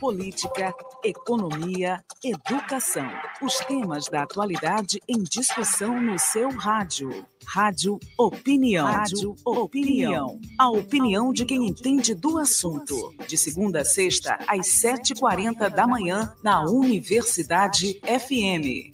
política, economia, educação. Os temas da atualidade em discussão no seu rádio. Rádio Opinião. Rádio Opinião. A opinião de quem entende do assunto. De segunda a sexta, às 7h40 da manhã, na Universidade FM.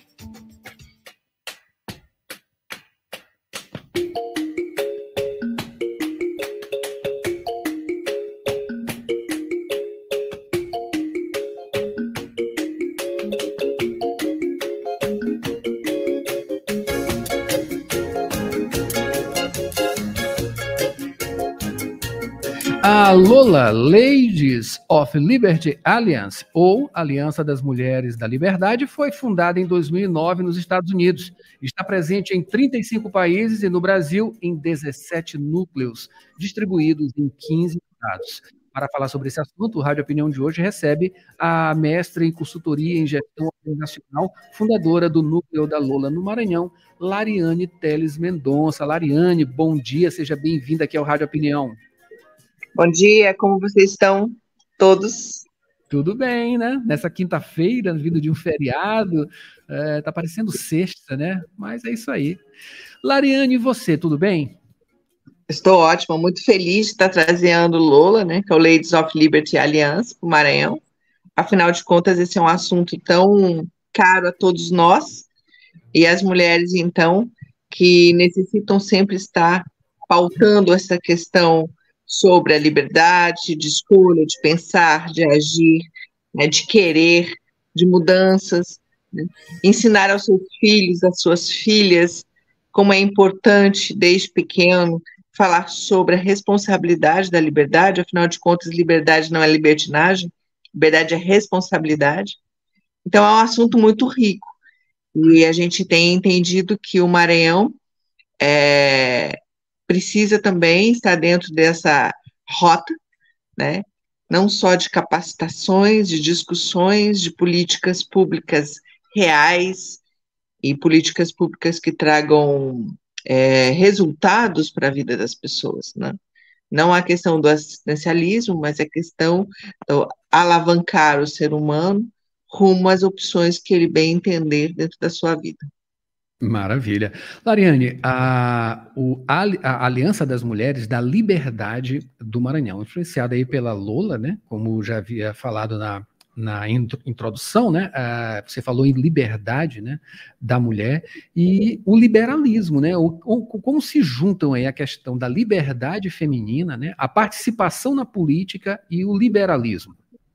A Lola Ladies of Liberty Alliance, ou Aliança das Mulheres da Liberdade, foi fundada em 2009 nos Estados Unidos. Está presente em 35 países e no Brasil em 17 núcleos, distribuídos em 15 estados. Para falar sobre esse assunto, o Rádio Opinião de hoje recebe a mestre em consultoria em gestão organizacional, fundadora do Núcleo da Lola no Maranhão, Lariane Teles Mendonça. Lariane, bom dia, seja bem-vinda aqui ao Rádio Opinião. Bom dia, como vocês estão todos? Tudo bem, né? Nessa quinta-feira, vindo de um feriado, tá parecendo sexta, né? Mas é isso aí. Lariane, e você, tudo bem? Estou ótima, muito feliz de estar trazendo Lola, né, que é o Ladies of Liberty Alliance, para o Maranhão. Afinal de contas, esse é um assunto tão caro a todos nós, e as mulheres, então, que necessitam sempre estar pautando essa questão sobre a liberdade de escolha, de pensar, de agir, né, de querer, de mudanças, né? Ensinar aos seus filhos, às suas filhas, como é importante, desde pequeno, falar sobre a responsabilidade da liberdade. Afinal de contas, liberdade não é libertinagem, liberdade é responsabilidade. Então, é um assunto muito rico, e a gente tem entendido que o Maranhão precisa também estar dentro dessa rota, né? Não só de capacitações, de discussões, de políticas públicas reais e políticas públicas que tragam resultados para a vida das pessoas, né? Não a questão do assistencialismo, mas a questão do alavancar o ser humano rumo às opções que ele bem entender dentro da sua vida. Maravilha. Lariane, a Aliança das Mulheres da Liberdade do Maranhão, influenciada aí pela Lola, né? Como já havia falado na introdução, né? Você falou em liberdade, né, da mulher e o liberalismo, né? Como se juntam aí a questão da liberdade feminina, né? A participação na política e o liberalismo?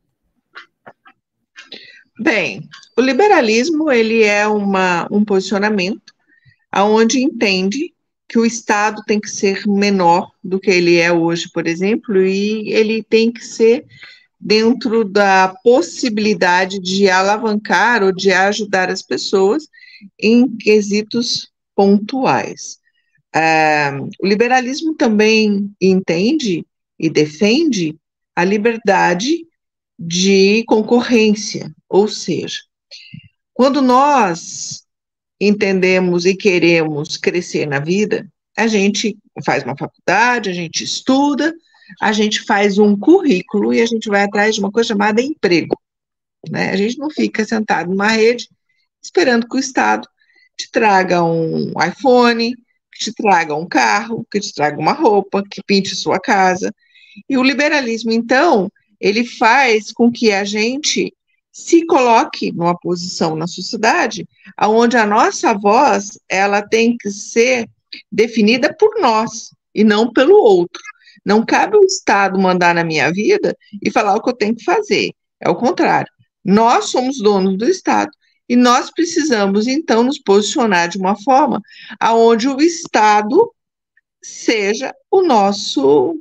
Bem, o liberalismo, ele é um posicionamento onde entende que o Estado tem que ser menor do que ele é hoje, por exemplo, e ele tem que ser dentro da possibilidade de alavancar ou de ajudar as pessoas em quesitos pontuais. O liberalismo também entende e defende a liberdade de concorrência, ou seja, quando nós entendemos e queremos crescer na vida, a gente faz uma faculdade, a gente estuda, a gente faz um currículo e a gente vai atrás de uma coisa chamada emprego, né? A gente não fica sentado numa rede esperando que o Estado te traga um iPhone, que te traga um carro, que te traga uma roupa, que pinte sua casa. E o liberalismo, então, ele faz com que a gente se coloque numa posição na sociedade onde a nossa voz, ela tem que ser definida por nós e não pelo outro. Não cabe o Estado mandar na minha vida e falar o que eu tenho que fazer. É o contrário. Nós somos donos do Estado e nós precisamos, então, nos posicionar de uma forma onde o Estado seja o nosso...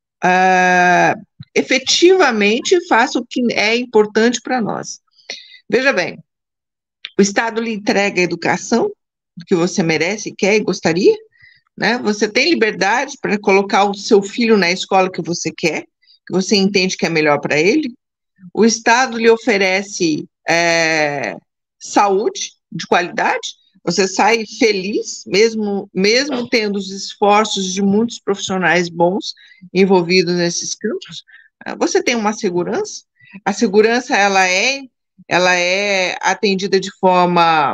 efetivamente faça o que é importante para nós. Veja bem, o Estado lhe entrega a educação que você merece, quer e gostaria, né? Você tem liberdade para colocar o seu filho na escola que você quer, que você entende que é melhor para ele. O Estado lhe oferece saúde de qualidade, você sai feliz, mesmo tendo os esforços de muitos profissionais bons envolvidos nesses campos. Você tem uma segurança. A segurança, ela é atendida de forma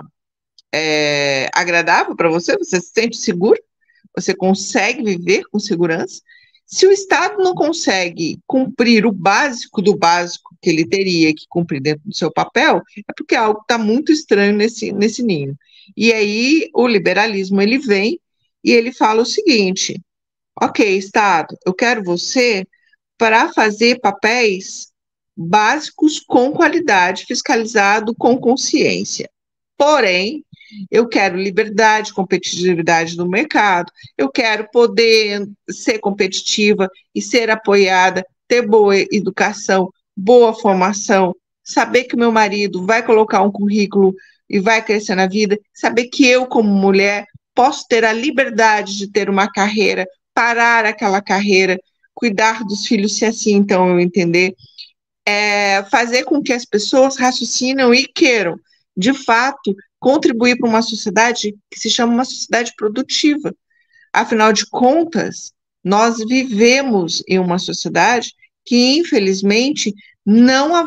agradável para você? Você se sente seguro? Você consegue viver com segurança? Se o Estado não consegue cumprir o básico do básico que ele teria que cumprir dentro do seu papel, é porque algo está muito estranho nesse ninho. E aí o liberalismo ele vem e ele fala o seguinte: ok, Estado, eu quero você para fazer papéis básicos com qualidade, fiscalizado com consciência. Porém, eu quero liberdade, competitividade no mercado, eu quero poder ser competitiva e ser apoiada, ter boa educação, boa formação, saber que meu marido vai colocar um currículo e vai crescer na vida, saber que eu, como mulher, posso ter a liberdade de ter uma carreira, parar aquela carreira, cuidar dos filhos, se assim então eu entender, fazer com que as pessoas raciocinem e queiram, de fato, contribuir para uma sociedade que se chama uma sociedade produtiva. Afinal de contas, nós vivemos em uma sociedade que, infelizmente, não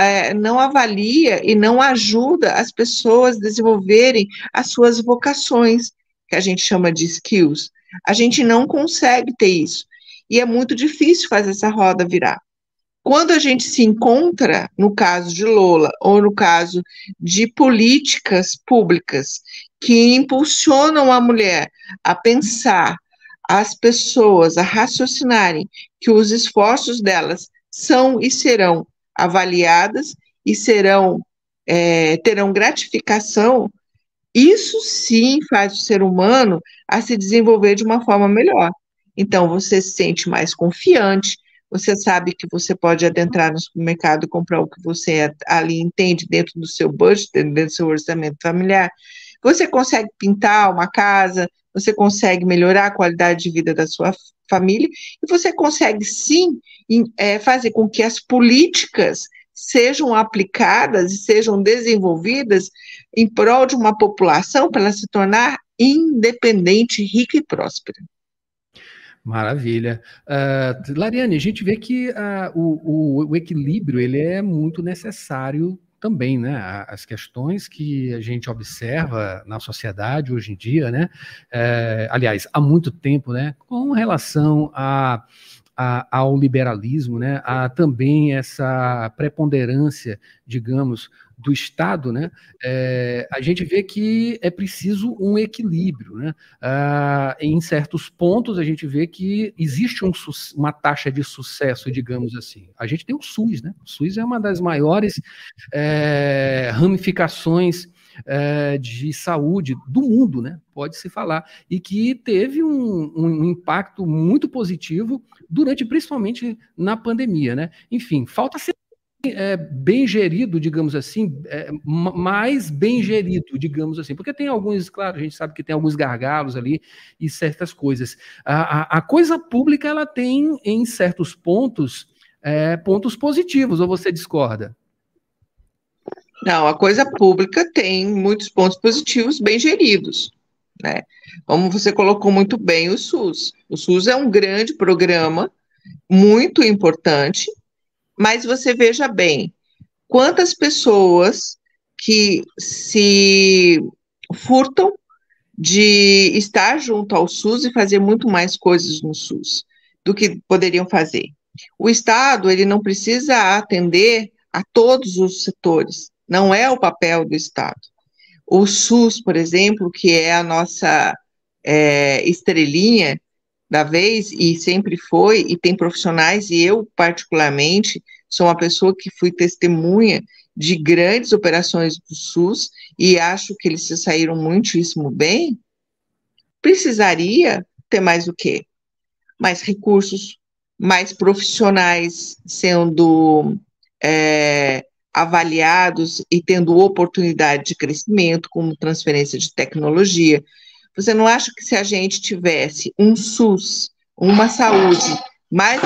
avalia e não ajuda as pessoas a desenvolverem as suas vocações, que a gente chama de skills. A gente não consegue ter isso. E é muito difícil fazer essa roda virar. Quando a gente se encontra, no caso de Lola, ou no caso de políticas públicas que impulsionam a mulher a pensar, as pessoas a raciocinarem que os esforços delas são e serão avaliadas e terão gratificação, isso sim faz o ser humano a se desenvolver de uma forma melhor. Então, você se sente mais confiante, você sabe que você pode adentrar no supermercado e comprar o que você ali entende dentro do seu budget, dentro do seu orçamento familiar. Você consegue pintar uma casa, você consegue melhorar a qualidade de vida da sua família e você consegue, sim, fazer com que as políticas sejam aplicadas e sejam desenvolvidas em prol de uma população para ela se tornar independente, rica e próspera. Maravilha. Lariane, a gente vê que o equilíbrio ele é muito necessário também, né? As questões que a gente observa na sociedade hoje em dia, né? Aliás, há muito tempo, né? Com relação ao liberalismo, né? Há também essa preponderância, digamos, do Estado, né? A gente vê que é preciso um equilíbrio, né? Em certos pontos a gente vê que existe uma taxa de sucesso, digamos assim. A gente tem o SUS, né? O SUS é uma das maiores ramificações de saúde do mundo, né? Pode-se falar, e que teve um impacto muito positivo principalmente na pandemia, né? Enfim, falta ser bem gerido, digamos assim, mais bem gerido, digamos assim, porque tem alguns, claro, a gente sabe que tem alguns gargalos ali e certas coisas. A coisa pública, ela tem, em certos pontos, pontos positivos, ou você discorda? Não, a coisa pública tem muitos pontos positivos bem geridos, né? Como você colocou muito bem o SUS. O SUS é um grande programa, muito importante, mas você veja bem, quantas pessoas que se furtam de estar junto ao SUS e fazer muito mais coisas no SUS do que poderiam fazer. O Estado, ele não precisa atender a todos os setores, não é o papel do Estado. O SUS, por exemplo, que é a nossa estrelinha da vez, e sempre foi, e tem profissionais, e eu, particularmente, sou uma pessoa que fui testemunha de grandes operações do SUS, e acho que eles se saíram muitíssimo bem. Precisaria ter mais o quê? Mais recursos, mais profissionais sendo avaliados e tendo oportunidade de crescimento, como transferência de tecnologia. Você não acha que se a gente tivesse um SUS, uma saúde mais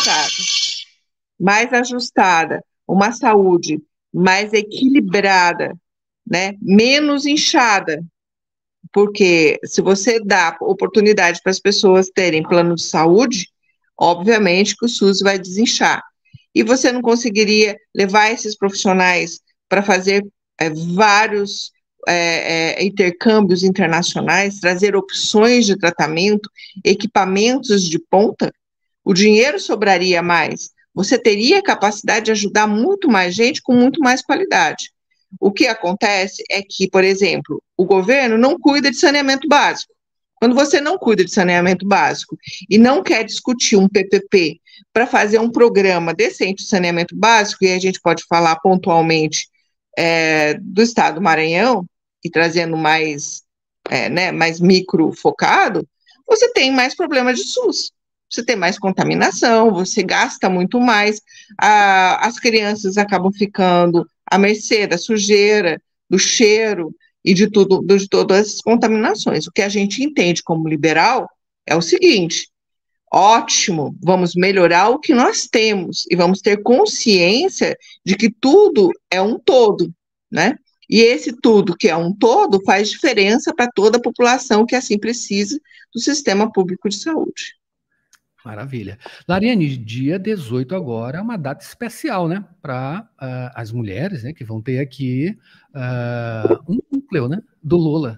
ajustada, uma saúde mais equilibrada, né, menos inchada, porque se você dá oportunidade para as pessoas terem plano de saúde, obviamente que o SUS vai desinchar. e você não conseguiria levar esses profissionais para fazer vários intercâmbios internacionais, trazer opções de tratamento, equipamentos de ponta? O dinheiro sobraria mais, você teria capacidade de ajudar muito mais gente com muito mais qualidade. O que acontece é que, por exemplo, o governo não cuida de saneamento básico. Quando você não cuida de saneamento básico e não quer discutir um PPP para fazer um programa decente de saneamento básico, e a gente pode falar pontualmente do estado do Maranhão, e trazendo mais micro focado, você tem mais problemas de SUS. Você tem mais contaminação, você gasta muito mais, as crianças acabam ficando à mercê da sujeira, do cheiro e de todas as contaminações. O que a gente entende como liberal é o seguinte: ótimo, vamos melhorar o que nós temos e vamos ter consciência de que tudo é um todo, né? E esse tudo que é um todo faz diferença para toda a população que assim precisa do sistema público de saúde. Maravilha. Lariane, dia 18 agora é uma data especial, né, para as mulheres, né, que vão ter aqui um núcleo, né, do Lola.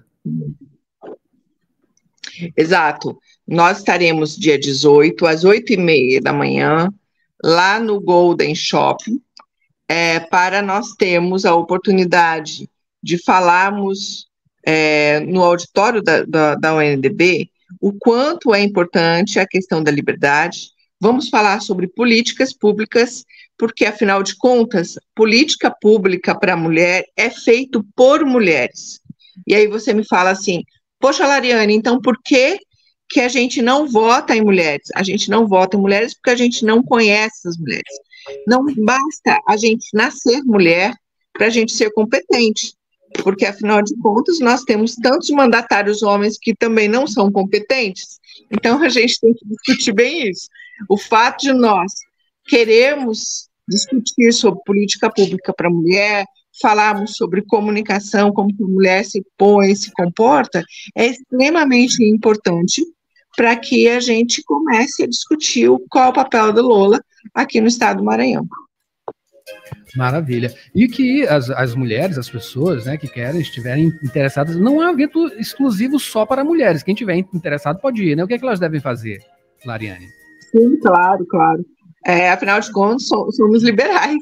Exato. Nós estaremos dia 18, às 8h30 da manhã, lá no Golden Shopping, para nós termos a oportunidade de falarmos no auditório da UNDB o quanto é importante a questão da liberdade. Vamos falar sobre políticas públicas, porque, afinal de contas, política pública para a mulher é feito por mulheres. E aí você me fala assim: poxa, Lariane, então por que a gente não vota em mulheres? A gente não vota em mulheres porque a gente não conhece as mulheres. Não basta a gente nascer mulher para a gente ser competente, porque, afinal de contas, nós temos tantos mandatários homens que também não são competentes. Então, a gente tem que discutir bem isso. O fato de nós querermos discutir sobre política pública para a mulher, falarmos sobre comunicação, como que a mulher se põe, se comporta, é extremamente importante para que a gente comece a discutir qual é o papel da Lola aqui no estado do Maranhão. Maravilha. E que as mulheres, as pessoas, né, que querem, estiverem interessadas, não é um evento exclusivo só para mulheres. Quem estiver interessado pode ir, né? O que é que elas devem fazer, Lariane? Sim, claro, claro. Afinal de contas, somos liberais.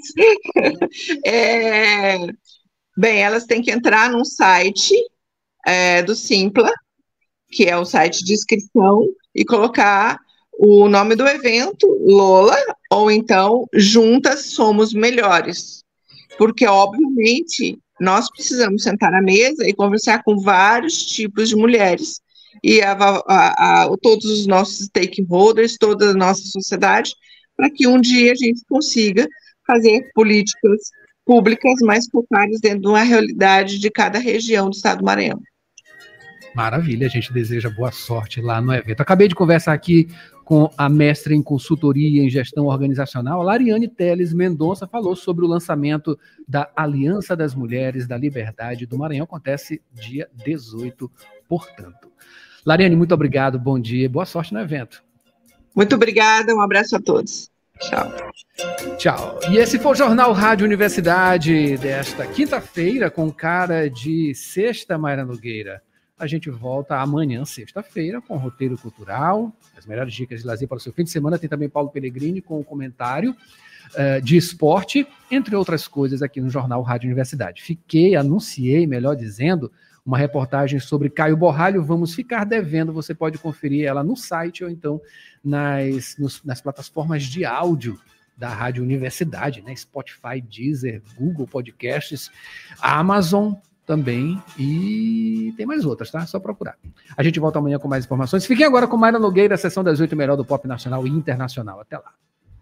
Bem, elas têm que entrar num site do Simpla, que é o site de inscrição, e colocar o nome do evento, Lola, ou então Juntas Somos Melhores. Porque, obviamente, nós precisamos sentar à mesa e conversar com vários tipos de mulheres, e todos os nossos stakeholders, toda a nossa sociedade, para que um dia a gente consiga fazer políticas públicas mais focadas dentro de uma realidade de cada região do estado do Maranhão. Maravilha, a gente deseja boa sorte lá no evento. Acabei de conversar aqui com a mestre em consultoria em gestão organizacional, Lariane Teles Mendonça, falou sobre o lançamento da Aliança das Mulheres da Liberdade do Maranhão. Acontece dia 18, portanto. Lariane, muito obrigado, bom dia, boa sorte no evento. Muito obrigada, um abraço a todos. Tchau. Tchau. E esse foi o Jornal Rádio Universidade desta quinta-feira, com cara de sexta, Mayra Nogueira. A gente volta amanhã, sexta-feira, com roteiro cultural, as melhores dicas de lazer para o seu fim de semana. Tem também Paulo Pellegrini com o comentário de esporte, entre outras coisas, aqui no Jornal Rádio Universidade. Anunciei, melhor dizendo, uma reportagem sobre Caio Borralho. Vamos ficar devendo, você pode conferir ela no site ou então nas plataformas de áudio da Rádio Universidade, né? Spotify, Deezer, Google Podcasts, Amazon também, e tem mais outras, tá? Só procurar. A gente volta amanhã com mais informações. Fiquem agora com Mayra Nogueira, a sessão das 8 melhor do pop nacional e internacional. Até lá.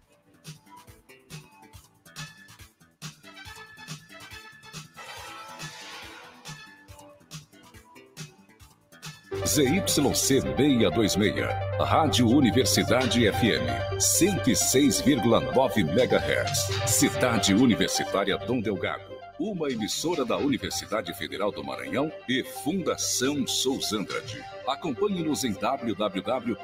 ZYC 626, Rádio Universidade FM, 106,9 MHz, Cidade Universitária Dom Delgado. Uma emissora da Universidade Federal do Maranhão e Fundação Souza Andrade. Acompanhe-nos em www